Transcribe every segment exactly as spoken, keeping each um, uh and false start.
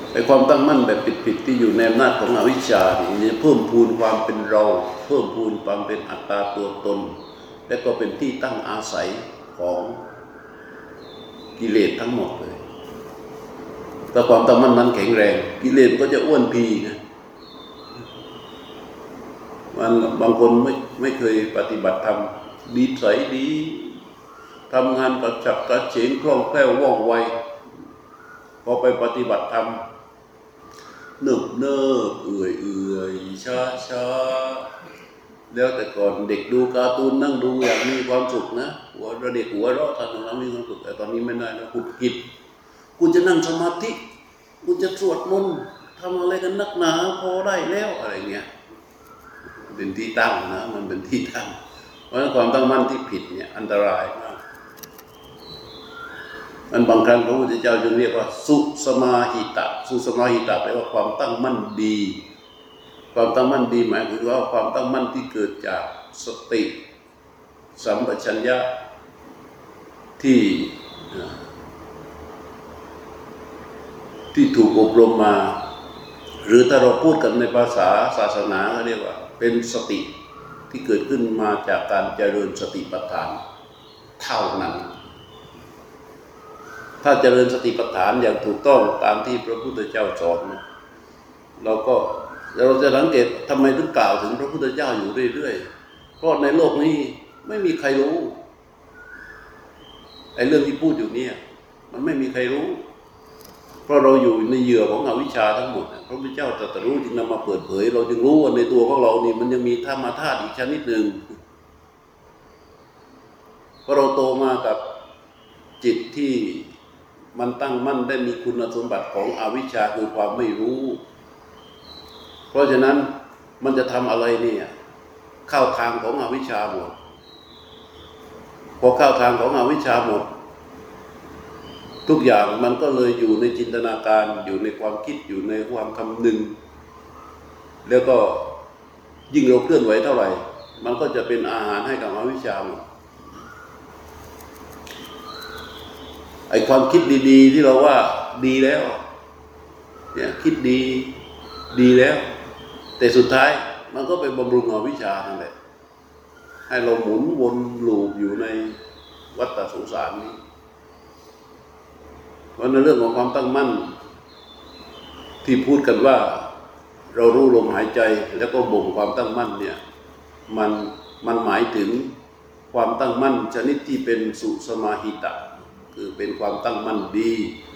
ไอ้ความตั้งมั่นแบบผิดๆที่อยู่ในอำนาจของอวิชชาเนี่ยเพิ่มพูนความเป็นเราเพิ่มพูนความเป็นอัตตาตัวตนและก็เป็นที่ตั้งอาศัยของกิเลสทั้งหมดเลยถ้าความตั้งมั่นนั้นแข็งแรงกิเลสก็จะอ้วนพีนะมันบางคนไม่ไม่เคยปฏิบัติธรรมดีใสดีทำงานกระฉับกระเฉงคล่องแคล่วว่องไวพอไปปฏิบัติธรรมเนิบเนิบเอื่อยเอื่อยช้าช้าแล้วแต่ก่อนเด็กดูการ์ตูนนั่งดูอย่างมีความสุขนะหัวเราเด็กหัวเราะทำเรามีความสุขแต่ตอนนี้ไม่ได้แล้วหุดหิดกูจะนั่งสมาธิกูจะสวดมนต์ทำอะไรกันนักหนาพอได้แล้วอะไรเงี้ยเป็นที่ตั้งนะมันเป็นที่ตั้งเพราะฉะนั้นความตั้งมั่นที่ผิดเนี่ยอันตรายมากมันบางครั้งพระพุทธเจ้าจึงเรียกว่าสุสมาหิตะสุสมาหิตะแปลว่าความตั้งมั่นดีความตั้งมั่นดีหมายถึงว่าความตั้งมั่นที่เกิดจากสติสัมปชัญญะที่ที่ถูกอบรมมาหรือถ้าเราพูดกันในภาษาศาสนาเขาเรียกว่าเป็นสติที่เกิดขึ้นมาจากการเจริญสติปัฏฐานเท่านั้นถ้าเจริญสติปัฏฐานอย่างถูกต้องตามที่พระพุทธเจ้าสอนเราก็เราจะสังเกตทำไมถึงกล่าวถึงพระพุทธเจ้าอยู่เรื่อยๆเพราะในโลกนี้ไม่มีใครรู้ไอ้เรื่องที่พูดอยู่เนี่ยมันไม่มีใครรู้เพราะเราอยู่ในเหยื่อของอวิชชาทั้งหมดพระพุทธเจ้าตรัสรู้จึงนำมาเปิดเผยเราจึงรู้ว่าในตัวของเรานี่มันยังมีธรรมธาตุอีกชนิดหนึ่งเพราะเราโตมากับจิตที่มันตั้งมั่นได้มีคุณสมบัติของอวิชชาคือความไม่รู้เพราะฉะนั้นมันจะทำอะไรเนี่ยเข้าทางของอวิชชาหมดพอเข้าทางของอวิชชาหมดทุกอย่างมันก็เลยอยู่ในจินตนาการอยู่ในความคิดอยู่ในความคำนึงแล้วก็ยิ่งเราเคลื่อนไหวเท่าไหร่มันก็จะเป็นอาหารให้กับอวิชชาหมดไอ้ความคิดดีๆที่เราว่าดีแล้วเนี่ยคิดดีดีแล้วแต่สุดท้ายมันก็ไปบำรุงอวิชชานั่นแหละให้เราหมุนวนลูปอยู่ในวัฏสงสารนี้เพราะในเรื่องของความตั้งมั่นที่พูดกันว่าเรารู้ลมหายใจแล้วก็บ่มความตั้งมั่นเนี่ยมันมันหมายถึงความตั้งมั่นชนิดที่เป็นสุสมาหิตะคือเป็นความตั้งมั่นดี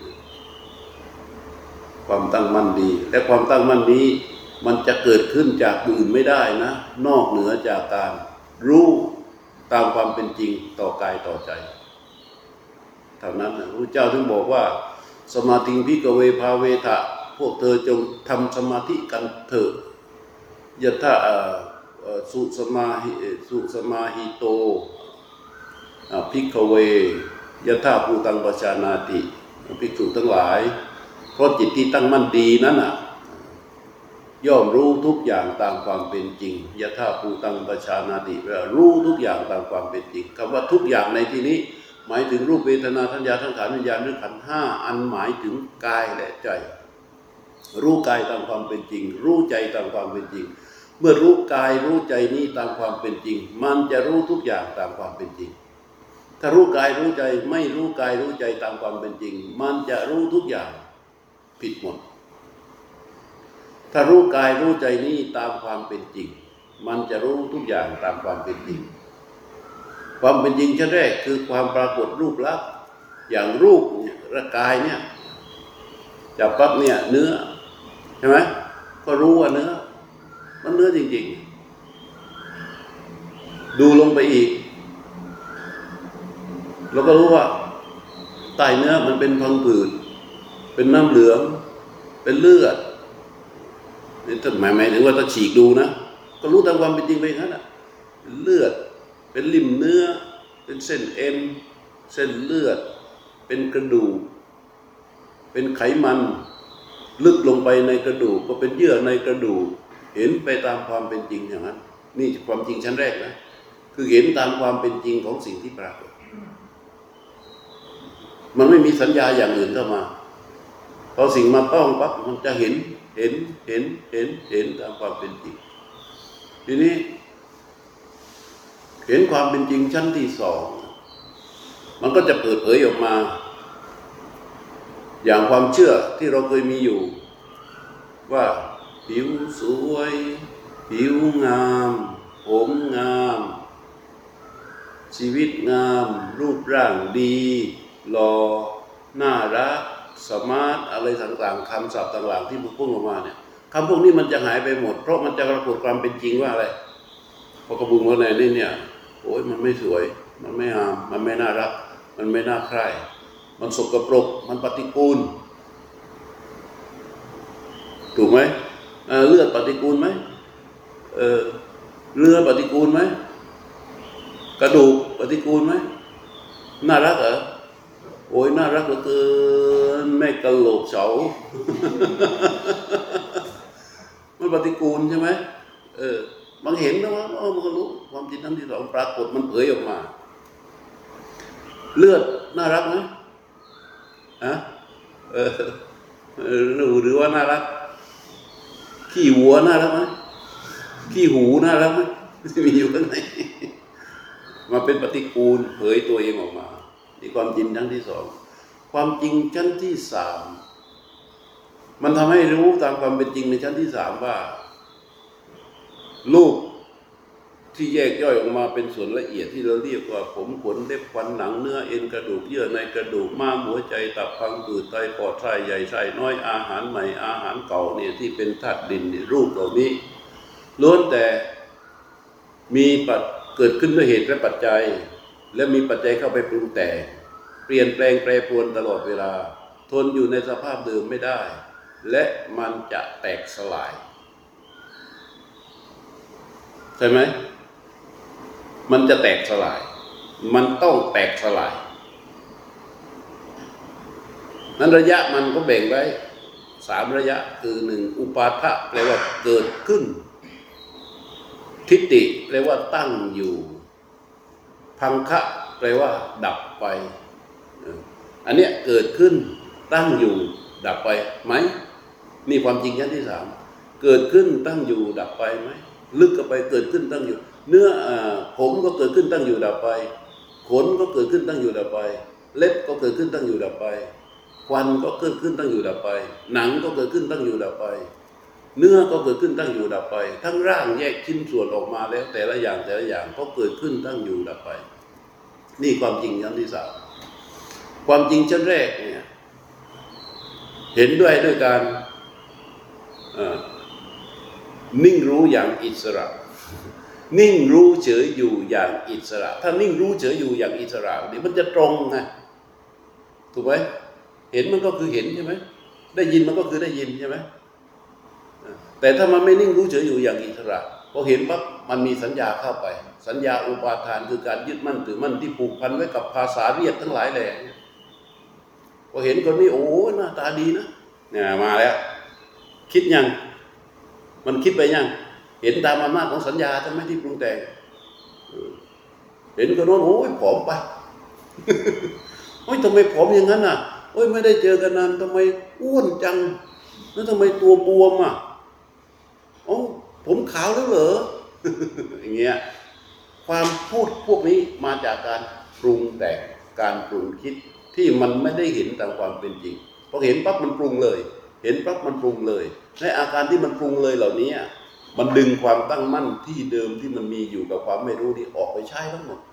ความตั้งมั่นดีและความตั้งมั่นนี้มันจะเกิดขึ้นจากอื่นไม่ได้นะนอกเหนือจากการรู้ตามความเป็นจริงต่อกายต่อใจเท่านั้นนะพระเจ้าถึงบอกว่าสมาธิภิกเวภาเวทะพวกเธอจงทำสมาธิกันเถิดยะถะสุสมาหิสุสมาหิโตภิกขเวยะถะภูตังปชานาติภิกษุทั้งหลายเพราะจิตที่ตั้งมั่นดีนั้นน่ะย่อมรู้ทุกอย่างตามความเป็นจริงยะถะภูตังปชานาติแปลว่ารู้ทุกอย่างตามความเป็นจริงคำว่าทุกอย่างในที่นี้หมายถึงรูปเวทนาสัญญาสังขารวิญญาณหรือขันธ์ห้าอันหมายถึงกายและใจรู้กายตามความเป็นจริงรู้ใจตามความเป็นจริงเมื่อรู้กายรู้ใจนี้ตามความเป็นจริงมันจะรู้ทุกอย่างตามความเป็นจริงถ้ารู้กายรู้ใจไม่รู้กายรู้ใจตามความเป็นจริงมันจะรู้ทุกอย่างผิดหมดถ้ารู้กายรู้ใจนี้ตามความเป็นจริงมันจะรู้ทุกอย่างตามความเป็นจริงความเป็นจริงชั้นแรกคือความปรากฏรูปลักษณ์อย่างรูปเนี่ยร่างกายเนี่ยจับปั๊บเนี่ยเนื้อใช่ไหมก็รู้ว่าเนื้อมันเนื้อจริงๆดูลงไปอีกเราก็รู้ว่าใต้เนื้อมันเป็นพังผืดเป็นน้ำเหลืองเป็นเลือดนี่ถ้าหมายหมายถึงว่าถ้าฉีกดูนะก็รู้ตามความเป็นจริงไปอย่างนั้นแหละเป็นเลือดเป็นริ่มเนื้อเป็นเส้นเอ็นเส้นเลือดเป็นกระดูกเป็นไขมันลึกลงไปในกระดูกก็เป็นเยื่อในกระดูกเห็นไปตามความเป็นจริงอย่างนั้นนี่ความจริงชั้นแรกนะคือเห็นตามความเป็นจริงของสิ่งที่ปรากฏมันไม่มีสัญญาอย่างอื่นเข้ามาพอสิ่งมาต้องปั๊บมันจะเห็นเห็นเห็นเห็นเห็นตามความเป็นจริงทีนี้เห็นความเป็นจริงชั้นที่สองมันก็จะเปิดเผยออกมาอย่างความเชื่อที่เราเคยมีอยู่ว่าผิวสวยผิวงามผมงามชีวิตงามรูปร่างดีหล่อน่ารักสมาร์ทอะไรต่างๆคำศัพท์ต่างๆที่พูดออกมาเนี่ยคำพวกนี้มันจะหายไปหมดเพราะมันจะปรากฏความเป็นจริงว่าอะไรพอกระบุงว่าในนี่เนี่ยโอ้ยมันไม่สวยมันไม่งามมันไม่น่ารักมันไม่น่าใคร่มันสกปรกมันปฏิกูลถูกไหมเลือดปฏิกูลไหมเออเลือดปฏิกูลไหมกระดูกปฏิกูลไหมน่ารักเหรอโอ้ยน่ารักเหลือเกินแม่กะโหลกเฉา มันปฏิกูลใช่ไหมเออมันเห็นนะว่าเออมันก็รู้ความจริงทั้งที่สองปรากฏมันเผยออกมาเลือดน่ารักไหมฮะเออหรือว่าน่ารักขี้หัวน่ารักไหมขี้หูน่ารักไหมมีอยู่ข้างในมาเป็นปฏิกูลเผยตัวเองออกมานี่ความจริงชั้นที่สองความจริงชั้นที่สามมันทำให้รู้ตามความเป็นจริงในชั้นที่สามว่ารูปที่แยกย่อยออกมาเป็นส่วนละเอียดที่เราเรียกว่าผมขนเล็บฟันหนังเนื้อเอ็นกระดูกเยื่อในกระดูกม้ามหัวใจตับพังผืดไตปอดไส้ใหญ่ไส้น้อยอาหารใหม่อาหารเก่าเนี่ยที่เป็นธาตุดินรูปเหล่านี้ล้วนแต่มีปัจเกิดขึ้นด้วยเหตุและปัจจัยและมีปัจจัยเข้าไปปรุงแต่งเปลี่ยนแปลงแปรปรวนตลอดเวลาทนอยู่ในสภาพเดิมไม่ได้และมันจะแตกสลายใช่ไหมมันจะแตกสลายมันต้องแตกสลายนั้นระยะมันก็แบ่งไว้สามระยะคือหนึ่งอุปาทะแปลว่าเกิดขึ้นทิฏฐิแปลว่าตั้งอยู่พังคะแปลว่าดับไปอันเนี้ยเกิดขึ้นตั้งอยู่ดับไปไหมนี่ความจริงชั้นที่สามเกิดขึ้นตั้งอยู่ดับไปไหมลึกเข้าไปเกิดขึ้นตั้งอยู่เนื้อผมก็เกิดขึ้นตั้งอยู่ดับไปขนก็เกิดขึ้นตั้งอยู่ดับไปเล็บก็เกิดขึ้นตั้งอยู่ดับไปควันก็เกิดขึ้นตั้งอยู่ดับไปหนังก็เกิดขึ้นตั้งอยู่ดับไปเนื้อก็เกิดขึ้นตั้งอยู่ดับไปทั้งร่างแยกชิ้นส่วนออกมาแล้วแต่ละอย่างแต่ละอย่างก็เกิดขึ้นตั้งอยู่ดับไปนี่ความจริงชั้นที่สามความจริงชั้นแรกเนี่ยเห็นด้วยด้วยการนิ่งรู้อย่างอิสระนิ่งรู้เฉยอยู่อย่างอิสระถ้านิ่งรู้เฉยอยู่อย่างอิสระนี่มันจะตรงไงถูกไหมเห็นมันก็คือเห็นใช่ไหมได้ยินมันก็คือได้ยินใช่ไหมแต่ถ้ามันไม่นิ่งรู้เฉยอยู่อย่างอิสระพอเห็นปั๊บมันมีสัญญาเข้าไปสัญญาอุปาทานคือการยึดมั่นถือมั่นที่ผูกพันไว้กับภาษาเรียกทั้งหลายแหล่พอเห็นคนนี้โอ้หน้าตาดีนะเนี่ยมาแล้วคิดยังมันคิดไปยังเห็นตามอำนาจของสัญญาใช่ไหมที่ปรุงแต่งเห็นคนโน้นโอ้ยผอมไปโอ้ยทำไมผอมอย่างนั้นอ่ะโอ้ยไม่ได้เจอกันนานทำไมอ้วนจังแล้วทำไมตัวบวมอ่ะโอ้ผมขาวแล้วเหรอ อย่างเงี้ยความพูดพวกนี้มาจากการปรุงแต่งการปรุงคิดที่มันไม่ได้เห็นตามความเป็นจริงพอเห็นปั๊บมันปรุงเลยเห็นปั๊บมันปรุงเลยในอาการที่มันปรุงเลยเหล่านี้มันดึงความตั้งมั่นที่เดิมที่มันมีอยู่กับความไม่รู้นี่ออกไปใช้ทั้งหมด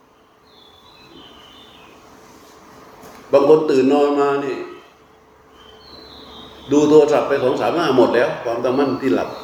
บางคนตื่นนอนมานี่ดูโทรศัพท์ไปสองสามหน้าหมดแล้วความตั้งมั่นที่หลับ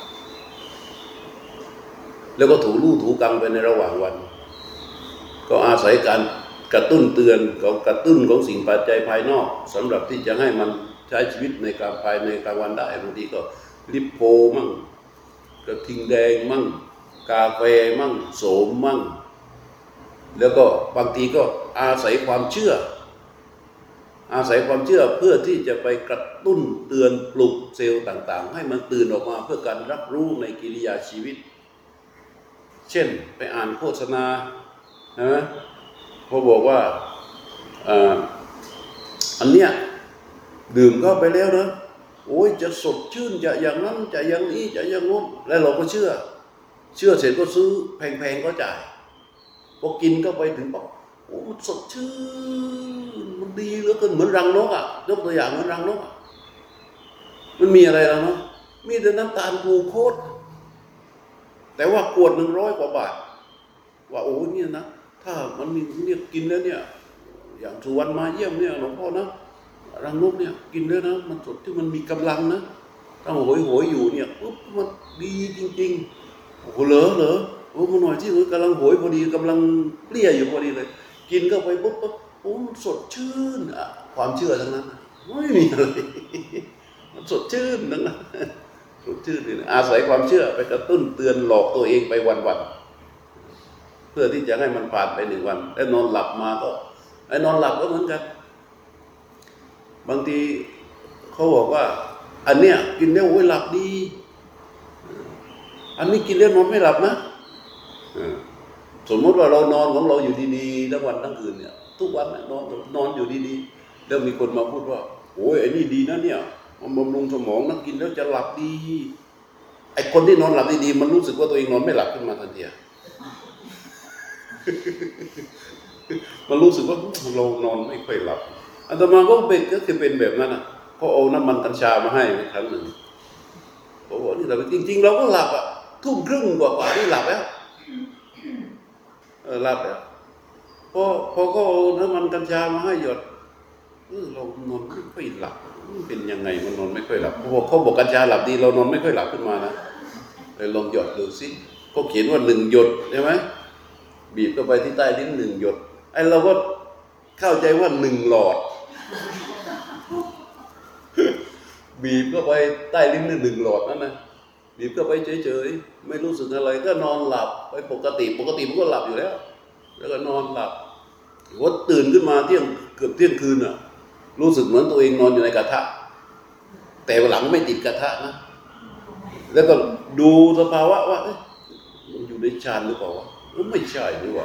แล้วก็ถูลู่ถูกังไปในระหว่างวันก็อาศัยการกระตุ้นเตือนของกระตุ้นของสิ่งปัจจัยภายนอกสำหรับที่จะให้มันใช้ชีวิตในกลางภายในกลางวันได้บางทีก็ลิปโพมั่งกระทิงแดงมั่งกาแฟมั่งโสมมั่งแล้วก็บางทีก็อาศัยความเชื่ออาศัยความเชื่อเพื่อที่จะไปกระตุ้นเตือนปลุกเซลล์ต่างๆให้มันตื่นออกมาเพื่อการรับรู้ในกิริยาชีวิตเช่นไปอ่านโฆษณานะเขาบอกว่าอันเนี้ยดื่มเข้าไปแล้วนะโอ้ยจะสดชื่นจะอย่างนั้นจะอย่างนี้จะอย่างโน้นแล้วเราก็เชื่อเชื่อเสร็จก็ซื้อแพงๆก็จ่ายพอกินเข้าไปถึงบอกโอ้มันสดชื่นมันดีเหลือเกินเหมือนรังนกอ่ะยกตัวอย่างเหมือนรังนกอ่ะมันมีอะไรแล้วเนาะมีแต่น้ำตาลกลูโคสแต่ว่าขวดหนึ่งร้อยกว่าบาทว่าโอ้เนี่ยนะถ้ามันมีเนี่ยกินแล้วเนี่ยอย่างสุวรรณมาเยี่ยมเนี่ยหลวงพ่อนะรังนกเนี่ยกินแล้วนะมันสดที่มันมีกำลังนะถ้าโหยโหยอยู่เนี่ยปุ๊บมันดีจริงๆโอ้โหเหรอเหรอโอ้มาหน่อยที่กำลังโหยพอดีกำลังเปรี้ยอยู่พอดีเลยกินเข้าไปปุ๊บปุ๊บโอ้มันสดชื่นอ่ะความเชื่อทั้งนั้นไม่มีอะไรมันสดชื่นทั้งนั้นสดชื่นเลยอาศัยความเชื่อไปกระตุ้นเตือนหลอกตัวเองไปวันๆเพื่อที่จะให้มันผ่านไปหนึ่งวันแล้วนอนหลับมาก็ไอ้นอนหลับก็เหมือนกันบางทีเขาบอกว่าอันเนี้ยกินแล้วโอ้ยหลับดีอันนี้กินแล้วนอนไม่หลับนะสมมติว่าเรานอนของเราอยู่ดีๆทั้งวันทั้งคืนเนี่ยทุกวันนอนนอนอยู่ดีๆแล้วมีคนมาพูดว่าโอ้ยไอ้นี่ดีนะเนี่ยมันบำรุงสมองนักกินแล้วจะหลับดีไอ้คนที่นอนหลับดีๆมันรู้สึกว่าตัวเองนอนไม่หลับขึ้นมาทันทีมันรู้สึกว่าเรานอนไม่ค่อยหลับอาตมาก็เป็นก็คือเป็นแบบนั้นอ่ะเขาเอาน้ำมันกัญชามาให้ครั้งหนึ่งบอกว่านี่หลับจริงๆเราก็หลับอ่ะทุ่มครึ่งกว่าๆนี่หลับแล้วเออหลับแล้วพอพอเขาเอาน้ำมันกัญชามาให้หยดเออเรานอนไม่ค่อยหลับมันเป็นยังไงมันนอนไม่ค่อยหลับเขาบอกเขาบอกกัญชาหลับดีเรานอนไม่ค่อยหลับขึ้นมานะเลยลองหยดดูสิเขาเขียนว่าหนึ่งหยดใช่ไหมบีบเข้าไปที่ใต้ลิ้นหนึ่งหยดไอ้เราก็เข้าใจว่าหนึ่งหลอดบีบเข้าไปใต้ลิ้นหนึ่งหลอดนั่นนะบีบเข้าไปเฉยๆไม่รู้สึกอะไรก็นอนหลับไปปกติปกติมันก็หลับอยู่แล้วแล้วก็นอนหลับว่าตื่นขึ้นมาเที่ยงเกือบเที่ยงคืนอ่ะรู้สึกเหมือนตัวเองนอนอยู่ในกระทะแต่หลังไม่ติดกระทะนะแล้วก็ดูสภาวะว่ามันอยู่ในฌานหรือเปล่าวะไม่ใช่หรือว่า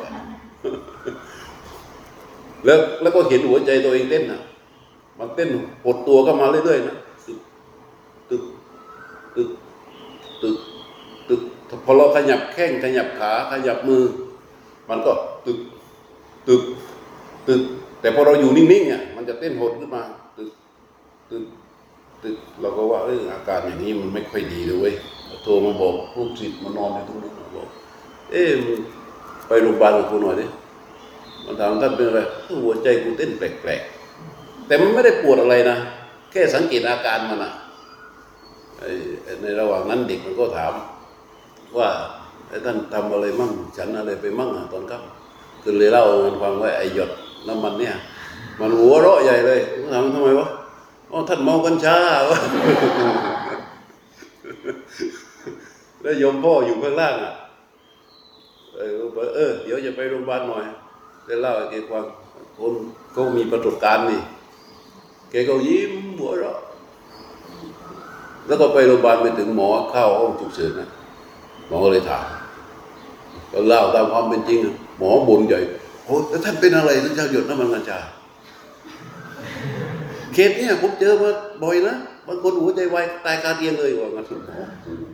แล้วแล้วก็เห็นหัวใจตัวเองเต้นนะมันเต้นหดตัวก็มาเรื่อยๆนะตึกตึกตึกตึกตึกพอเราขยับแข้งขยับขาขยับมือมันก็ตึกตึกตึกแต่พอเราอยู่นิ่งๆอ่ะมันจะเต้นหดขึ้นมาตึกตึกตึกเราก็ว่าเอออาการอย่างนี้มันไม่ค่อยดีเลยเว้ยโทรมาบอกลูกศิษย์มานอนอยู่ตรงนี้บอกเอ๊ะไปโรงพยาบาลกับกูหน่อยดิมันถามท่านเป็นอะไรหัวใจกูเต้นแปลกๆแต่มันไม่ได้ปวดอะไรนะแค่สังเกตอาการมันอ่ะในระหว่างนั้นเด็กมันก็ถามว่าท่านทำอะไรมั่งฉันอะไรไปมั่งอ่ะตอนค่ำคือเลยเล่ามันฟังว่าไอ้หยดน้ำมันเนี่ยมันหัวเราะใหญ่เลยถามทำไมวะอ๋อท่านเมากัญชาวะแล้วโยมพ่ออยู่ข้างล่างอ่ะเออเออเดี๋ยวจะไปโรงพยาบาลหน่อยได้เล่าให้แกฟังคนเขามีประสบการณ์นี่แกก็ยิ้มหัวเราะแล้วก็ไปโรงพยาบาลไปถึงหมอเข้าห้องฉุกเฉินนะหมอก็เลยถามก็เล่าตามความเป็นจริงหมอบ่นใหญ่โอ้แล้วท่านเป็นอะไรท่านเจ้าหยดน้ำมันกัญชาเคสเนี่ยผมเจอมาบ่อยนะบางคนหัวใจวายตายคาเตียงเลยว่างั้นหมอ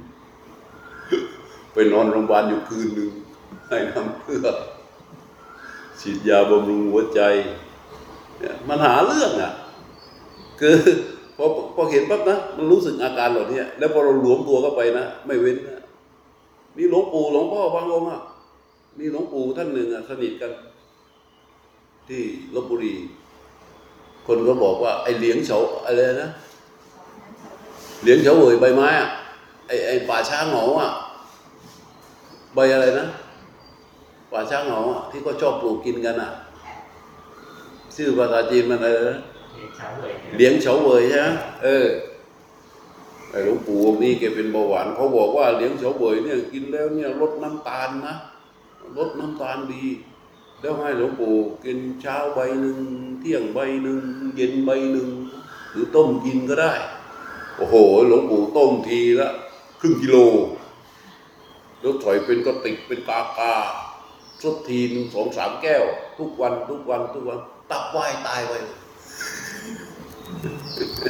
ไปนอนโรงพยาบาลอยู่คืนนึงให้น้ำเกลือฉีดยาบำรุงหัวใจเนี่ยมันหาเรื่องอ่ะคือพอพอเห็นปั๊บนะมันรู้สึกอาการเหล่านี้แล้วพอเราหลวมตัวเข้าไปนะไม่เว้นนะมีหลวงปู่หลวงพ่อบางองค์อ่ะมีหลวงปู่ท่านหนึ่งอ่ะสนิทกันที่ลพบุรีคนก็บอกว่าไอ้เหลียงเฉาอะไรนะเหลียงเฉาเว่ยใบไม้อ่ะไอ้ไอ้ป่าช้างหงออ่ะใบอะไรนะป่าช้างหงอที่ก็ชอบปลูกกินกันอ่ะชื่อภาษาจีนมันอะไรนะเหลียงเฉาเว่ยใช่ไหมเออไอ้หลวงปู่นี่แกเป็นเบาหวานเขาบอกว่าเหลียงเฉาเว่ยเนี่ยกินแล้วเนี่ยลดน้ำตาลนะลดน้ำตาลดีแล้วให้หลวงปู่กินเช้าใบหนึ่งเที่ยงใบหนึ่งเย็นใบหนึ่งหรือต้มกินก็ได้โอ้โหหลวงปู่ต้มทีละครึ่งกิโลแล้วถอยเป็นกระติกเป็นกากาสักทีหนึ่งสองสามแก้วทุกวันทุกวันทุกวันตับวายตายไป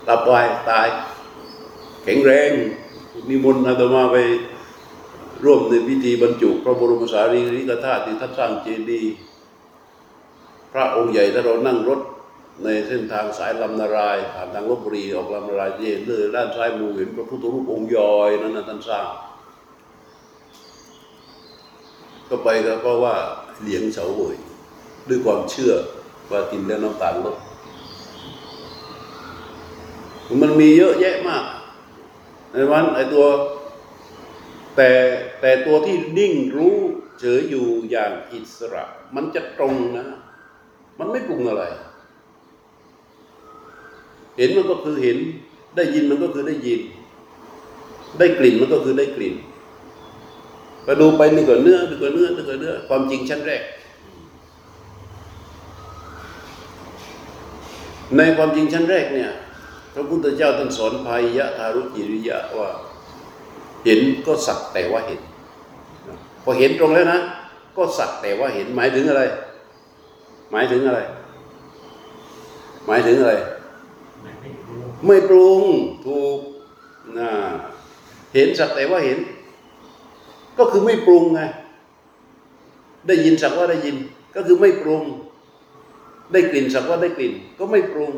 หลับไปตายแข็งแรงนิมนต์อาตมาไปร่วมในพิธีบรรจุพระบรมสารีริกธาตุที่ท่านสร้างเจดีย์พระองค์ใหญ่ถ้าเรานั่งรถในเส้นทางสายลำนารายผ่านทางลพบุรีออกลำนารายเย็นเลยด้านซ้ายมือเห็นพระพุทธรูปองค์ยอยนั้นนะท่านสร้างก็ไปก็เพราะว่าเหลียงเฉาเวยด้วยความเชื่อว่ากินแล้วน้ำตาลลดมันมีเยอะแยะมากในวันไอตัวแต่แต่ตัวที่นิ่งรู้เฉยอยู่อย่างอิสระมันจะตรงนะมันไม่ปรุงอะไรเห็นมันก็คือเห็นได้ยินมันก็คือได้ยินได้กลิ่นมันก็คือได้กลิ่นไปดูไปนี่ก็เนื้อนี่ก็เนื้อนี่ก็เนื้อความจริงชั้นแรกในความจริงชั้นแรกเนี่ยพระพุทธเจ้าท่านสอนภัยยะทารุจิริยะว่าเห็นก็สักแต่ว่าเห็นพอเห็นตรงแล้วนะก็สักแต่ว่าเห็นหมายถึงอะไรหมายถึงอะไรหมายถึงอะไรไม่ปรุงถูกนะเห็นสักแต่ว่าเห็นก็คือไม่ปรุงไงได้ยินสักว่าได้ยินก็คือไม่ปรุงได้กลิ่นสักว่าได้กลิ่นก็ไม่ปรุง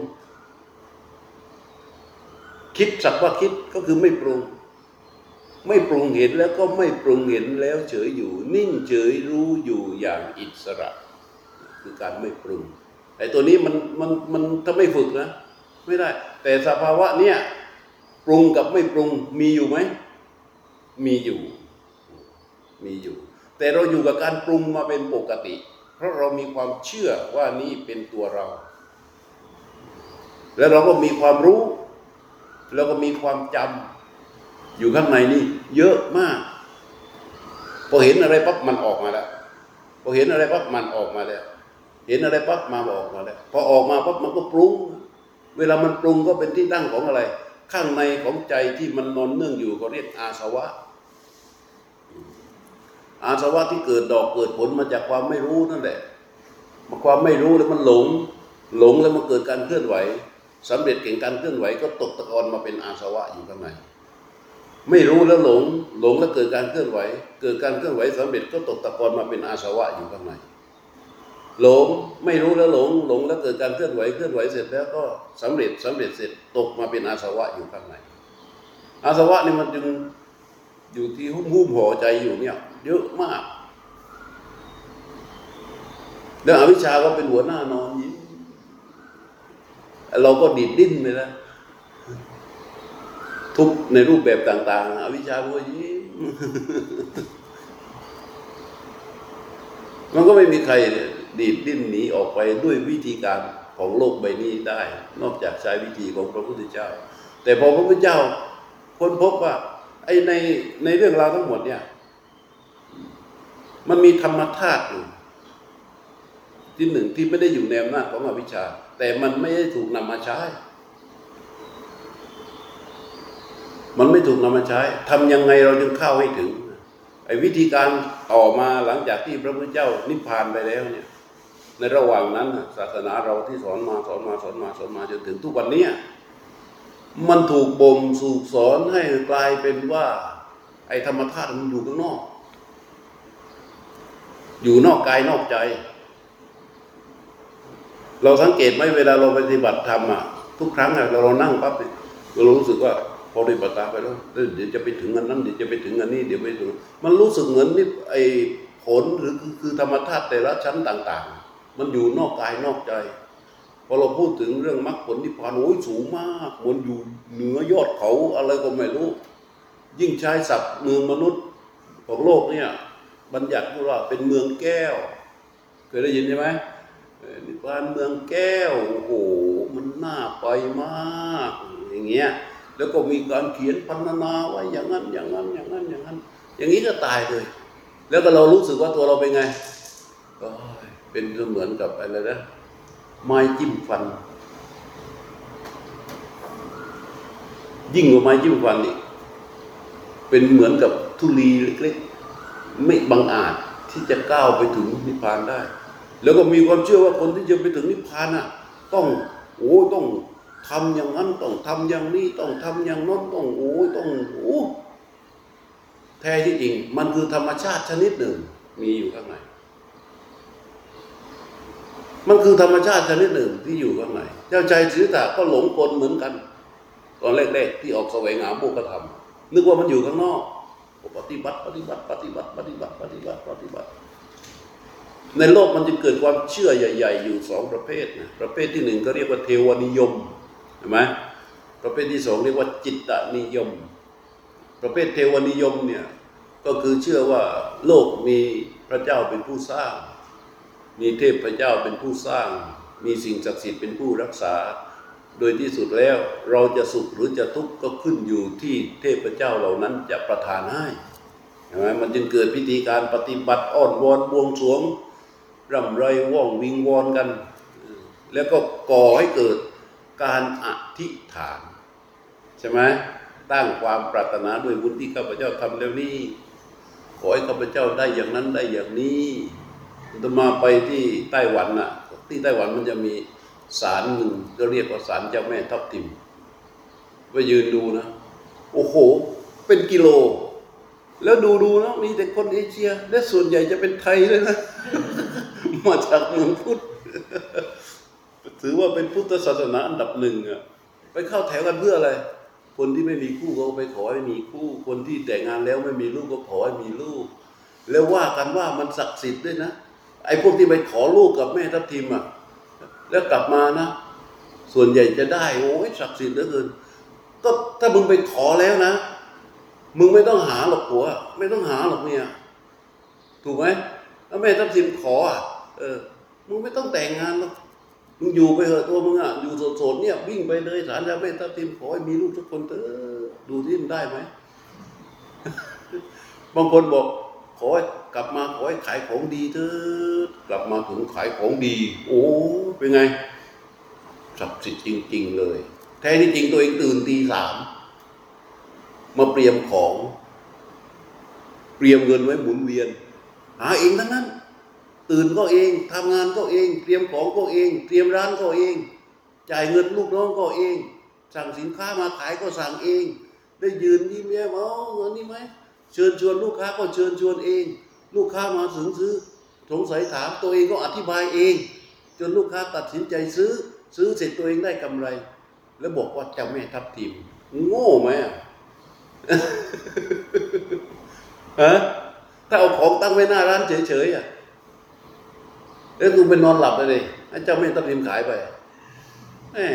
คิดสักว่าคิดก็คือไม่ปรุงไม่ปรุงเห็นแล้วก็ไม่ปรุงเห็นแล้วเฉยอยู่นิ่งเฉยรู้อยู่อย่างอิสระคือการไม่ปรุงไอ้ตัวนี้มันมันมันถ้าไม่ฝึกนะไม่ได้แต่สภาวะเนี้ยปรุงกับไม่ปรุงมีอยู่ไหมมีอยู่มีอยู่แต่เราอยู่กับการปรุงมาเป็นปกติเพราะเรามีความเชื่อว่านี่เป็นตัวเราแล้วเราก็มีความรู้แล้วก็มีความจำอยู่ข้างในนี่เยอะมากพอเห็นอะไรปั๊บมันออกมาแล้วพอเห็นอะไรปั๊บมันออกมาแล้วเห็นอะไรปั๊บมาออกมาแล้วพอออกมาปั๊บมันก็ปรุงเวลามันปรุงก็เป็นที่ตั้งของอะไรข้างในของใจที่มันนอนเนื่องอยู่เขาเรียกอาสวะอาสวะที่เกิดดอกเกิดผลมาจากความไม่รู้นั่นแหละมาความไม่รู้แล้วมันหลงหลงแล้วมันเกิดการเคลื่อนไหวสำเร็จแก่งการเคลื่อนไหวก็ตกตะกอนมาเป็นอาสวะอยู่ข้างในไม่รู้แล้วหลงหลงแล้วเกิดการเคลื่อนไหวเกิดการเคลื่อนไหวสำเร็จก็ตกตะกอนมาเป็นอาสวะอยู่ข้างในหลงไม่รู้แล้วหลงหลงแล้วเกิดการเคลื่อนไหวเคลื่อนไหวเสร็จแล้วก็สำเร็จสำเร็จเสร็จตกมาเป็นอาสวะอยู่ข้างในอาสวะนี่มันจึงอยู่ที่หุ้มหุ้มห่อใจอยู่เนี่ยเยอะมากแล้วอวิชชาก็เป็นหัวหน้านอนยิ้มเราก็ดิดดิ้นไปแล้วทุกในรูปแบบต่างๆอวิชชาก็ยิ้มมันก็ไม่มีใครดีดดิ้นหนีออกไปด้วยวิธีการของโลกใบนี้ได้นอกจากใช้วิธีของพระพุทธเจ้าแต่พอพระพุทธเจ้าค้นพบว่าไอ้ในในเรื่องราวทั้งหมดเนี่ยมันมีธรรมธาตุอยู่ที่หนึ่งที่ไม่ได้อยู่ในอำนาจของอวิชชาแต่มันไม่ได้ถูกนำมาใช้มันไม่ถูกนำมาใช้ทำยังไงเราจึงเข้าให้ถึงไอ้วิธีการต่อมาหลังจากที่พระพุทธเจ้านิพพานไปแล้วเนี่ยในระหว่างนั้นศาสนาเราที่สอนมาสอนมาสอนมาสอนมาจนถึงทุกวันนี้มันถูกบ่มสูกสอนให้กลายเป็นว่าไอ้ธรรมธาตุมันอยู่ข้างนอกอยู่นอกกายนอกใจเราสังเกตไหมเวลาเราปฏิบัติธรรมอ่ะทุกครั้งเราเรานั่งปั๊บเรารู้สึกว่าพอปฏิบัติตามไปแล้วเดี๋ยวจะไปถึงอันนั้นเดี๋ยวจะไปถึงอันนี้เดี๋ยวไปถึงมันรู้สึกเหมือนนี่ไอ้ผลหรือคือธรรมธาตุแต่ละชั้นต่างๆมันอยู่นอกกายนอกใจพอเราพูดถึงเรื่องมรรคผลนิพพานโอ้ยสูงมากเหมือนอยู่เหนือยอดเขาอะไรก็ไม่รู้ยิ่งใช้ศัพท์เมืองมนุษย์ของโลกเนี่ยบัญญัติว่าเป็นเมืองแก้วเคยได้ยินใช่ไหมนิพพานเมืองแก้วโอ้โหมันน่าไปมากอย่างเงี้ยแล้วก็มีการเขียนพรรณนาไว้อย่างนั้นอย่างนั้นอย่างนั้นอย่างนั้นอย่างนี้ก็ตายเลยแล้วก็เรารู้สึกว่าตัวเราเป็นไงก็เป็นเหมือนกับอะไรนะไม้จิ้มฟันยิ่งกว่าไม้จิ้มฟันอีกเป็นเหมือนกับธุลีเล็กๆไม่บังอาจที่จะก้าวไปถึงนิพพานได้แล้วก็มีความเชื่อว่าคนที่จะไปถึงนิพพานน่ะต้องโอ้ต้องททำอย่างนั้นต้องทำอย่างนี้ต้องทำอย่างนั้นต้องโอ้ยต้องโอ้แท้ที่จริงมันคือธรรมชาติชนิดหนึ่งมีอยู่ข้างในมันคือธรรมชาติชนิดหนึ่งที่อยู่ข้างในเจ้าชายสิทธัตถะก็หลงกลเหมือนกันตอนแรกๆที่ออกแสวงหาโมกขธรรมนึกว่ามันอยู่ข้างนอกปฏิบัติปฏิบัติปฏิบัติปฏิบัติปฏิบัติปฏิบัติในโลกมันจะเกิดความเชื่อใหญ่ๆอยู่สองประเภทนะประเภทที่หนึ่งก็เรียกว่าเทวนิยมเห็นไหมประเภทที่สองเรียกว่าจิตตนิยมประเภทเทวนิยมเนี่ยก็คือเชื่อว่าโลกมีพระเจ้าเป็นผู้สร้างมีเทพเจ้าเป็นผู้สร้างมีสิ่งศักดิ์สิทธิ์เป็นผู้รักษาโดยที่สุดแล้วเราจะสุขหรือจะทุกข์ก็ขึ้นอยู่ที่เทพเจ้าเหล่านั้นจะประทานให้ใช่ไหมมันจึงเกิดพิธีการปฏิบัติอ้อนวอนบวงสรวงร่ำไรว่องวิงวอนกันแล้วก็ก่อให้เกิดการอธิษฐานใช่ไหมตั้งความปรารถนาด้วยบุญที่ข้าพเจ้าทำแล้วนี้ขอให้ข้าพเจ้าได้อย่างนั้นได้อย่างนี้จะมาไปที่ไต้หวันน่ะที่ไต้หวันมันจะมีศาลหนึ่งก็เรียกว่าศาลเจ้าแม่ทับทิมไปยืนดูนะโอ้โหเป็นกิโลแล้วดูดูนะมีแต่คนเอเชียและส่วนใหญ่จะเป็นไทยเลยนะ มาจากเมืองพุทธ ถือว่าเป็นพุทธศาสนาอันดับหนึ่งอะไปเข้าแถวกันเพื่ออะไรคนที่ไม่มีคู่ก็ไปขอให้มีคู่คนที่แต่งงานแล้วไม่มีลูกก็ขอให้มีลูกแล้วว่ากันว่ามันศักดิ์สิทธิ์ด้วยนะไอ้พวกที่ไปขอลูกกับแม่ทับทิมอะแล้วกลับมานะส่วนใหญ่จะได้โอ้ยศักดิ์สิทธิ์เหลือเกินก็ถ้ามึงไปขอแล้วนะมึงไม่ต้องหาหรอกผัวไม่ต้องหาหรอกเมียถูกไหมแล้วแม่ทับทิมขออ่ะเออมึงไม่ต้องแต่งงานหรอกมึงอยู่ไปเถอะตัวมึงอ่ะอยู่โสดๆเนี่ยวิ่งไปเลยศาลเจ้าแม่ทับทิมขอให้มีลูกทุกคนเถอะดูที่มันได้ไหม บางคนบอกขอให้กลับมาขอให้ขายของดีเถอะกลับมาถึงขายของดีโอ้เป็นไงศักดิ์สิทธิ์จริงๆเลยแท้ที่จริงตัวเองตื่นตีสามมาเตรียมของเตรียมเงินไว้หมุนเวียนหาเองทั้งนั้นตื่นก็เองทำงานก็เองเตรียมของก็เองเตรียมร้านก็เองจ่ายเงินลูกน้องก็เองสั่งสินค้ามาขายก็สั่งเองได้ยืนยิ้มแย้มเอาเงินนี่ไหมเชิญชวนลูกค้าก็เชิญชวนเองลูกค้ามาถึงซื้อสงสัยถามตัวเองก็อธิบายเองจนลูกค้าตัดสินใจซื้อซื้อเสร็จตัวเองได้กำไรแล้วบอกว่าเจ้าแม่ทับทิมโง่ไหมอ่ะ ฮะถ้าเอาของตั้งไว้หน้าร้านเฉยๆอ่ะแล้วกูไปนอนหลับไปเลยให้เจ้าแม่ทับทิมขายไปแหม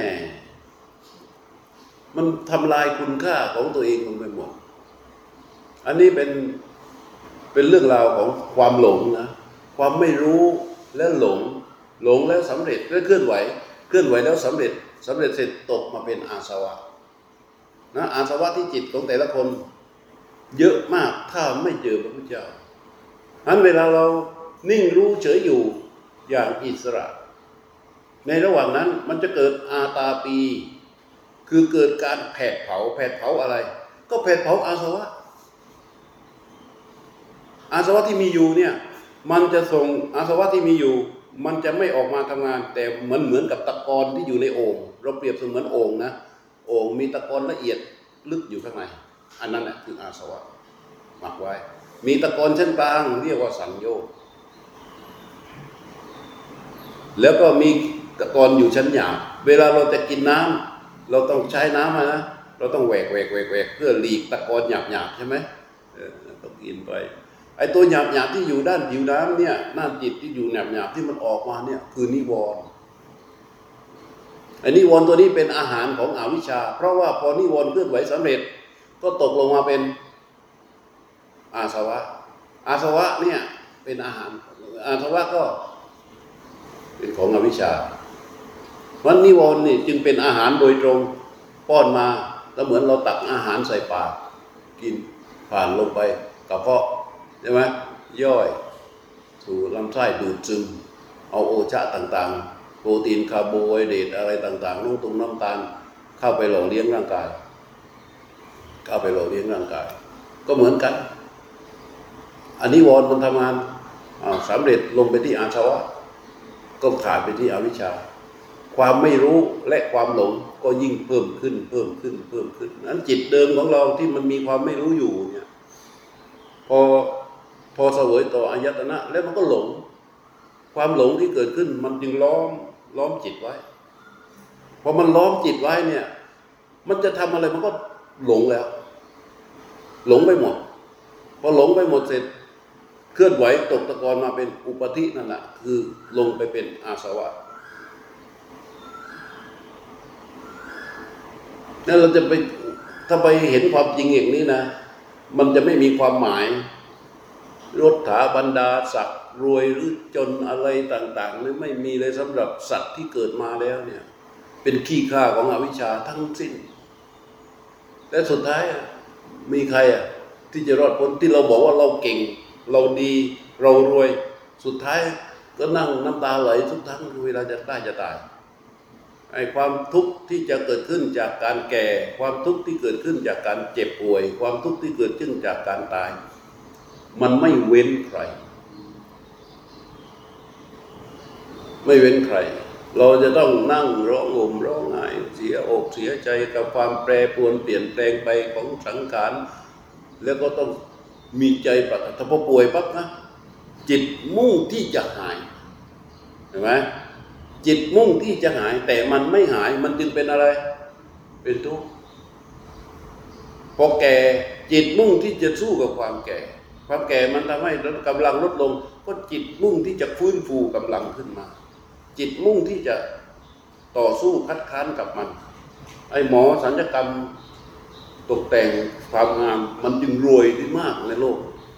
มันทำลายคุณค่าของตัวเองลงไปหมดอันนี้เป็นเป็นเรื่องราวของความหลงนะความไม่รู้และหลงหลงแล้วสำเร็จแล้วเคลื่อนไหวเคลื่อนไหวแล้วสำเร็จสำเร็จเสร็จตกมาเป็นอาสวะนะอาสวะที่จิตของแต่ละคนเยอะมากถ้าไม่เจอพระพุทธเจ้างั้นเวลาเรานิ่งรู้เฉยอยู่อย่างอิสระในระหว่างนั้นมันจะเกิดอาตาปีคือเกิดการแผดเผาแผดเผาอะไรก็แผดเผาอาสวะอาสวะที่มีอยู่เนี่ยมันจะส่งอาสวะที่มีอยู่มันจะไม่ออกมาทำงานแต่เหมือนเหมือนกับตะกอนที่อยู่ในโอ่งเราเปรียบเสมือนโอ่งนะโอ่งมีตะกอนละเอียดลึกอยู่ข้างในอันนั้นแหละคืออาสวะหมักไว้มีตะกอนชั้นกลางเรียกว่าสังโยชน์แล้วก็มีตะกอนอยู่ชั้นหยาบเวลาเราจะกินน้ำเราต้องใช้น้ำนะเราต้องแหวกแหวกแหวกแหวกเพื่อหลีกตะกอนหยาบหยาบใช่ไหมเออต้องกินไปไอ้ตัวหยาบหยาบที่อยู่ด้านผิวน้ำเนี่ยด้านจิตที่อยู่หยาบหยาบที่มันออกมาเนี่ยคือนิวรณ์ไอ้นิวรณ์ตัวนี้เป็นอาหารของอวิชชาเพราะว่าพอนิวรณ์เคลื่อนไหวสำเร็จก็ตกลงมาเป็นอาสวะอาสวะเนี่ยเป็นอาหารอาสวะก็เป็นของอวิชชาวันนิวรณ์นี่จึงเป็นอาหารโดยตรงป้อนมาแล้วเหมือนเราตักอาหารใส่ปากกินผ่านลงไปกระเพาะใช่ไหมย่อยสู่ลำไส้ดูดซึมเอาโอชะต่างๆโปรตีนคาร์โบไฮเดรตอะไรต่างๆน้ำตรงน้ำตาลเข้าไปหล่อเลี้ยงร่างกายเข้าไปหล่อเลี้ยงร่างกายก็เหมือนกันอันนี้วรมันทำงานสำเร็จลงไปที่อาสวะก็ขาดไปที่อวิชชาความไม่รู้และความหลงก็ยิ่งเพิ่มขึ้นเพิ่มขึ้นเพิ่มขึ้นนั้นจิตเดิมของเราที่มันมีความไม่รู้อยู่เนี่ยพอพอเสวยต่ออายตนะแล้วมันก็หลงความหลงที่เกิดขึ้นมันจึงล้อมล้อมจิตไว้พอมันล้อมจิตไว้เนี่ยมันจะทำอะไรมันก็หลงแล้วหลงไปหมดพอหลงไปหมดเสร็จเคลื่อนไหวตกตะกอนมาเป็นอุปธินั่นแหละคือลงไปเป็นอาสวะนั่นเราจะไปถ้าไปเห็นความจริงอย่างนี้นะมันจะไม่มีความหมายยศถาบรรดาศักดิ์รวยหรือจนอะไรต่างๆนี่ไม่มีเลยสำหรับสัตว์ที่เกิดมาแล้วเนี่ยเป็นขี้ข้าของอวิชชาทั้งสิ้นและสุดท้ายมีใครอ่ะที่จะรอดพ้นที่เราบอกว่าเราเก่งเราดีเรารวยสุดท้ายก็นั่งน้ำตาไหลทุกครั้งเวลาจะใกล้จะตายไอ้ความทุกข์ที่จะเกิดขึ้นจากการแก่ความทุกข์ที่เกิดขึ้นจากการเจ็บป่วยความทุกข์ที่เกิดขึ้นจากการตายมันไม่เว้นใครไม่เว้นใครเราจะต้องนั่งร้องห่มร้องไห้เสียอกเสียใจกับความแปรปรวนเปลี่ยนแปลงไปของสังขารแล้วก็ต้องมีใจปรารถนาถ้าพอป่วยปั๊บนะจิตมุ่งที่จะหายเห็นไหมจิตมุ่งที่จะหายแต่มันไม่หายมันจึงเป็นอะไรเป็นทุกข์พอแก่จิตมุ่งที่จะสู้กับความแก่ความแก่มันทำให้กำลังลดลงก็จิตมุ่งที่จะฟื้นฟูกำลังขึ้นมาจิตมุ่งที่จะต่อสู้คัดค้านกับมันไอ้หมอศัลยกรรมตกแต่งความงามมันจึงรวยที่มากในโลก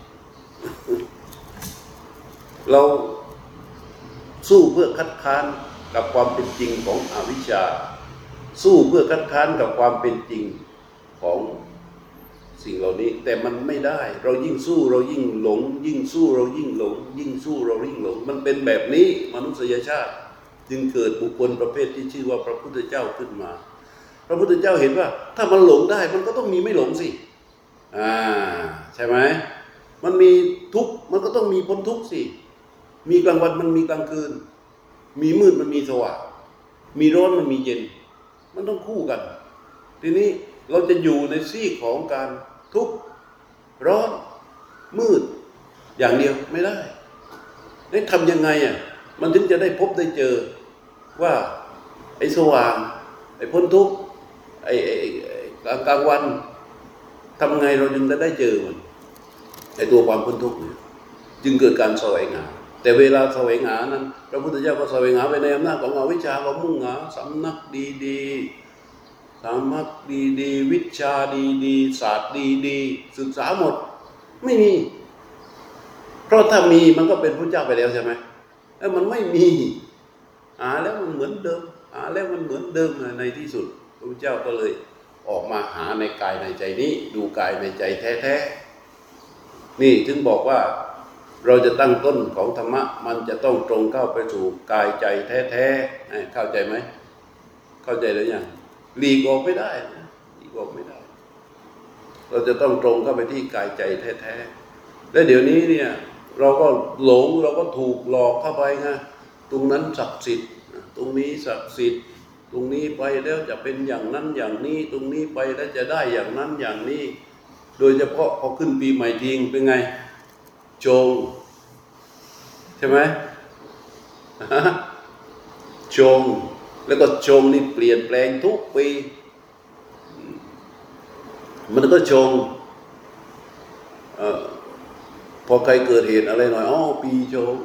เราสู้เพื่อคัดค้านกับความเป็นจริงของอวิชชาสู้เพื่อคัดค้านกับความเป็นจริงของสิ่งเหล่านี้แต่มันไม่ได้เรายิ่งสู้เรายิ่งหลงยิ่งสู้เรายิ่งหลงยิ่งสู้เรายิ่งหลงมันเป็นแบบนี้มนุษยชาติจึงเกิดบุคคลประเภทที่ชื่อว่าพระพุทธเจ้าขึ้นมาพระพุทธเจ้าเห็นว่าถ้ามันหลงได้มันก็ต้องมีไม่หลงสิอ่าใช่ไหมมันมีทุกข์มันก็ต้องมีพ้นทุกข์สิมีกลางวันมันมีกลางคืนมีมืดมันมีสว่างมีร้อนมันมีเย็นมันต้องคู่กันทีนี้เราจะอยู่ในซีกของการทุกข์ร้อนมืดอย่างเดียวไม่ได้ได้ทำยังไงอ่ะมันถึงจะได้พบได้เจอว่าไอ้สว่างไอ้พ้นทุกข์ไอ้ไอ้กลางวันทำไงเราจึงจะได้เจอมันไอ้ตัวความพ้นทุกข์เนี่ยจึงเกิดการแสวงหาแต่เวลาแสวงหานั้นพระพุทธเจ้าก็แสวงหาไปในอำนาจของอวิชชาก็มุ่งหาสำนักดีๆสำนักดีๆวิชาดีๆศาสตร์ดีๆศึกษาหมดไม่มีเพราะถ้ามีมันก็เป็นพระเจ้าไปแล้วใช่ไหมแล้วมันไม่มีหาแล้วมันเหมือนเดิมหาแล้วมันเหมือนเดิมในที่สุดพระพุทธเจ้าก็เลยออกมาหาในกายในใจนี้ดูกายในใจแท้ๆนี่ถึงบอกว่าเราจะตั้งต้นของธรรมะมันจะต้องตรงเข้าไปสู่กายใจแท้ๆเข้าใจไหมเข้าใจหรือยังหลีกออกไม่ได้หลีกออกไม่ได้เราจะต้องตรงเข้าไปที่กายใจแท้ๆและเดี๋ยวนี้เนี่ยเราก็หลงเราก็ถูกหลอกเข้าไปไงตรงนั้นศักดิ์สิทธิ์ตรงนี้ศักดิ์สิทธิ์ตรงนี้ไปแล้วจะเป็นอย่างนั้นอย่างนี้ตรงนี้ไปแล้วจะได้อย่างนั้นอย่างนี้โดยเฉพาะพอขึ้นปีใหม่จริงเป็นไงโจงใช่ไหมโจงแล้วก็โจงนี่เปลี่ยนแปลงทุกปีมันก็โจงเอ่อพอใครเกิดเหตุอะไรหน่อยอ๋อปีโจง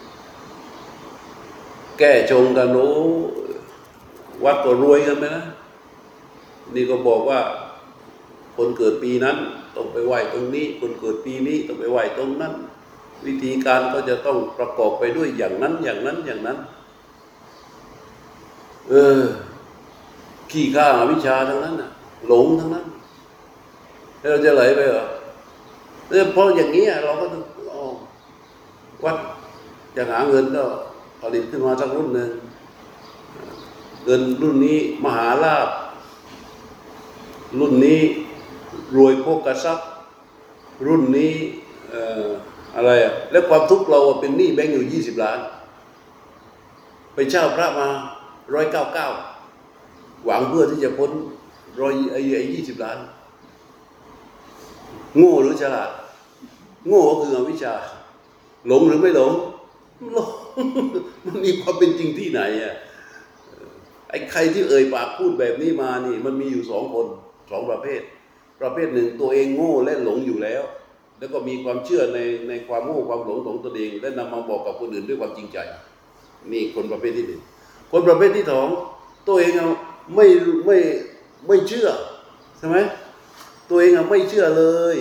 แก้โจงกันโน้วัดก็รวยกันไปนะนี่ก็บอกว่าคนเกิดปีนั้นต้องไปไหว้ตรงนี้คนเกิดปีนี้ต้องไปไหว้ตรงนั้นวิธีการก็จะต้องประกอบไปด้วยอย่างนั้นอย่างนั้นอย่างนั้นเออขี้ข้าอวิชชาทั้งนั้นน่ะหลงทั้งนั้นแล้วเราจะไหลไปเหรอเพราะอย่างนี้เราก็ต้องวัดจะหาเงินก็ผลิตขึ้นมาสักรุ่นหนึ่งเงินรุ่นนี้มหาลาภรุ่นนี้รวยโภคทรัพย์รุ่นนี้เอ่ออะไรอ่ะแล้วความทุกข์เราเป็นหนี้แบงก์อยู่ยี่สิบล้านไปเช่าพระมาร้อยเก้าเก้าหวังเพื่อที่จะพ้นร้อยไอ้ไอ้ยี่สิบล้านโง่หรือฉลาดโง่ก็คืออวิชชาหลงหรือไม่หลงหลงมันมีความเป็นจริงที่ไหนอ่ะไอ้ใครที่เอ่ยปากพูดแบบนี้มานี่มันมีอยู่สองคนสองประเภทประเภทหนึ่งตัวเองโง่และหลงอยู่แล้วแล้วก็มีความเชื่อในในความโง่ความหลงของตัวเองและนำมาบอกกับคนอื่นด้วยความจริงใจนี่คนประเภทที่หนึ่งคนประเภทที่สองตัวเองเอาไม่ไม่ไม่เชื่อใช่ไหมตัวเองอะไม่เชื่อเลย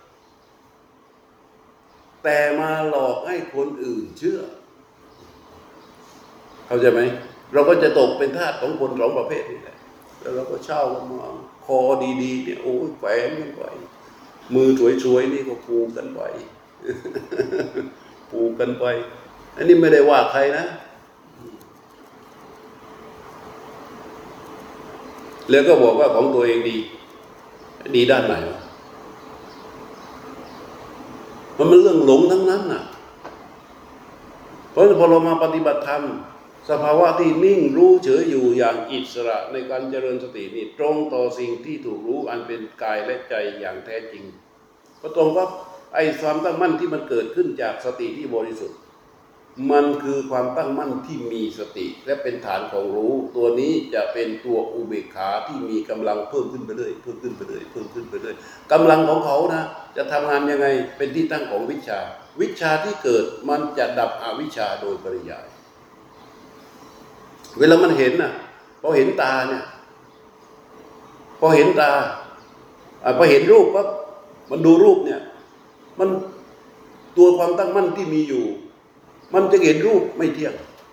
แต่มาหลอกให้คนอื่นเชื่อเข้าใจไหมเราก็จะตกเป็นทาสของคนสองประเภทนี่แหละแล้วเราก็เช่ามาคอดีๆเนี่ยโอ้ยแฝงกันไปมือสวยๆนี่ก็ผูกกันไปผูกกันไปอันนี้ไม่ได้ว่าใครนะแล้วก็บอกว่าของตัวเองดีดีด้านไหนวะมันเป็นเรื่องหลงทั้งนั้นน่ะเพราะพอเรามาปฏิบัติธรรมสภาวะที่นิ่งรู้เฉยอยู่อย่างอิสระในการเจริญสตินี่ตรงต่อสิ่งที่ถูกรู้อันเป็นกายและใจอย่างแท้จริงก็ตรงว่าไอ้ความตั้งมั่นที่มันเกิดขึ้นจากสติที่บริสุทธิ์มันคือความตั้งมั่นที่มีสติและเป็นฐานของรู้ตัวนี้จะเป็นตัวอุเบกขาที่มีกำลังเพิ่มขึ้นไปเรื่อยเพิ่มขึ้นไปเรื่อยเพิ่มขึ้นไปเรื่อยกำลังของเขานะจะทำงานยังไงเป็นที่ตั้งของวิชาวิชาที่เกิดมันจะดับอวิชชาโดยปริยายเวลามันเห็นนะพอเห็นตาเนี่ยพอเห็นตาพอเห็นรูปปั๊บมันดูรูปเนี่ยมันตัวความตั้งมั่นที่มีอยู่มันจะเห็นรูปไม่เที่ยง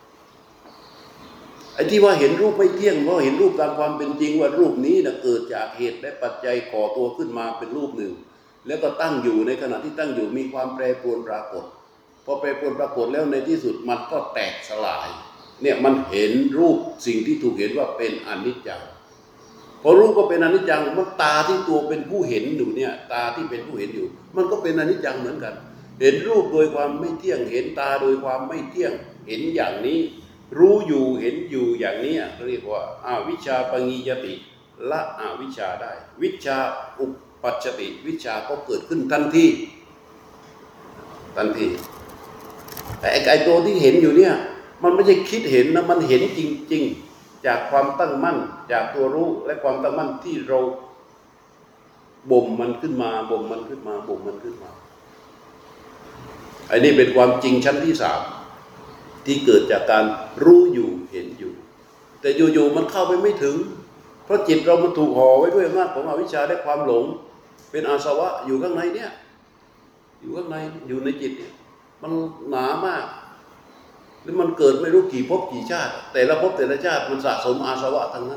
ไอ้ที่ว่าเห็นรูปไม่เที่ยงเพราะเห็นรูปตามความเป็นจริงว่ารูปนี้นะเกิดจากเหตุและปัจจัยก่อตัวขึ้นมาเป็นรูปหนึ่งแล้วก็ตั้งอยู่ในขณะที่ตั้งอยู่มีความแปรปรวนปรากฏพอแปรปรวนปรากฏแล้วในที่สุดมันก็แตกสลายเนี่ยมันเห็นรูปสิ่งที่ถูกเห็นว่าเป็นอนิจจังพอรูปก็เป็นอนิจจังมันตาที่ตัวเป็นผู้เห็นอยู่เนี่ยตาที่เป็นผู้เห็นอยู่มันก็เป็นอนิจจังเหมือนกันเห็นรูปโดยความไม่เที่ยงเห็นตาโดยความไม่เที่ยงเห็นอย่างนี้รู้อยู่เห็นอยู่อย่างนี้เรียกว่าอาวิชชาปงียติละอวิชชาได้วิชชาอุปัชชติวิชชาก็เกิดขึ้นทันทีทันทีแต่ไอ้ตัวที่เห็นอยู่เนี่ยมันไม่ใช่คิดเห็นนะมันเห็นจริงๆจากความตั้งมั่นจากตัวรู้และความตั้งมั่นที่เราบ่มมันขึ้นมาบ่มมันขึ้นมาบ่มมันขึ้นมาไอ้นี่เป็นความจริงชั้นที่สามที่เกิดจากการรู้อยู่เห็นอยู่แต่อยู่ๆมันเข้าไปไม่ถึงเพราะจิตเรามันถูกห่อไว้ด้วยอำนาจของอวิชชาและความหลงเป็นอาสวะอยู่ข้างในเนี่ยอยู่ข้างในอยู่ในจิตเนี่ยมันหนามากแล้วมันเกิดไม่รู้กี่ภพกี่ชาติแต่ละภพแต่ละชาติมันสะสมอาสวะทั้งนั้น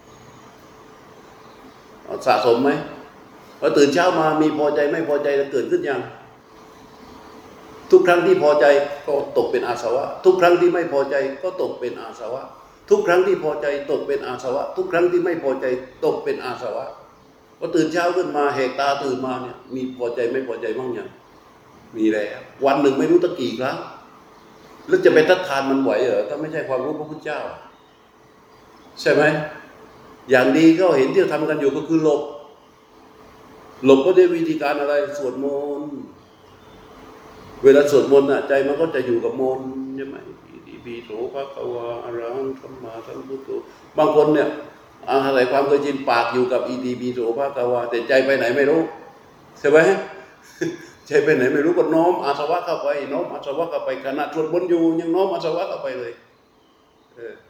สะสมไหมพอตื่นเช้ามามีพอใจไม่พอใจแล้วเกิดขึ้นยังทุกครั้งที่พอใจก็ตกเป็นอาสวะทุกครั้งที่ไม่พอใจก็ตกเป็นอาสวะทุกครั้งที่พอใจตกเป็นอาสวะทุกครั้งที่ไม่พอใจตกเป็นอาสวะพอตื่นเช้าขึ้นมาแหกตาตื่นมาเนี่ยมีพอใจไม่พอใจบ้างยังมีแล้ววันหนึ่งไม่รู้ตั้งกี่ครั้งแล้วจะไปทัดทานมันไหวเหรอถ้าไม่ใช่ความรู้พระพุทธเจ้าใช่ไหมอย่างดีก็เห็นที่ทำกันอยู่ก็คือหลบหลบก็ด้วยวิธีการอะไรสวดมนต์เวลาสวดมนต์น่ะใจมันก็จะอยู่กับมนต์ใช่ไหมอิติปิโสภะคะวะอะระหังสัมมาสัมพุทโธบางคนเนี่ยอาศัยความเคยชินปากอยู่กับอิติปิโสภะคะวะแต่ใจไปไหนไม่รู้ใช่ไหมใจไปไหนไม่รู้ก็น้อมอาสวะเข้าไปน้อมอาสวะเข้าไปขณะสวดมนต์อยู่ยังน้อมอาสวะเข้าไปเลยเออ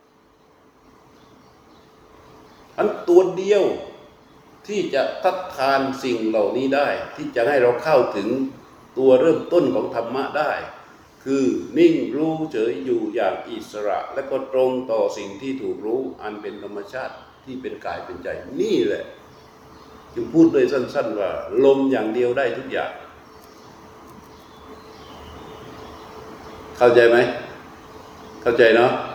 อันตัวเดียวที่จะทัดทานสิ่งเหล่านี้ได้ที่จะให้เราเข้าถึงตัวเริ่มต้นของธรรมะได้คือนิ่งรู้เฉยอยู่อย่างอิสระและก็ตรงต่อสิ่งที่ถูกรู้อันเป็นธรรมชาติที่เป็นกายเป็นใจนี่แหละจึงพูดเลยสั้นๆว่าลมอย่างเดียวได้ทุกอย่างเข้าใจไหมเข้าใจเนาะ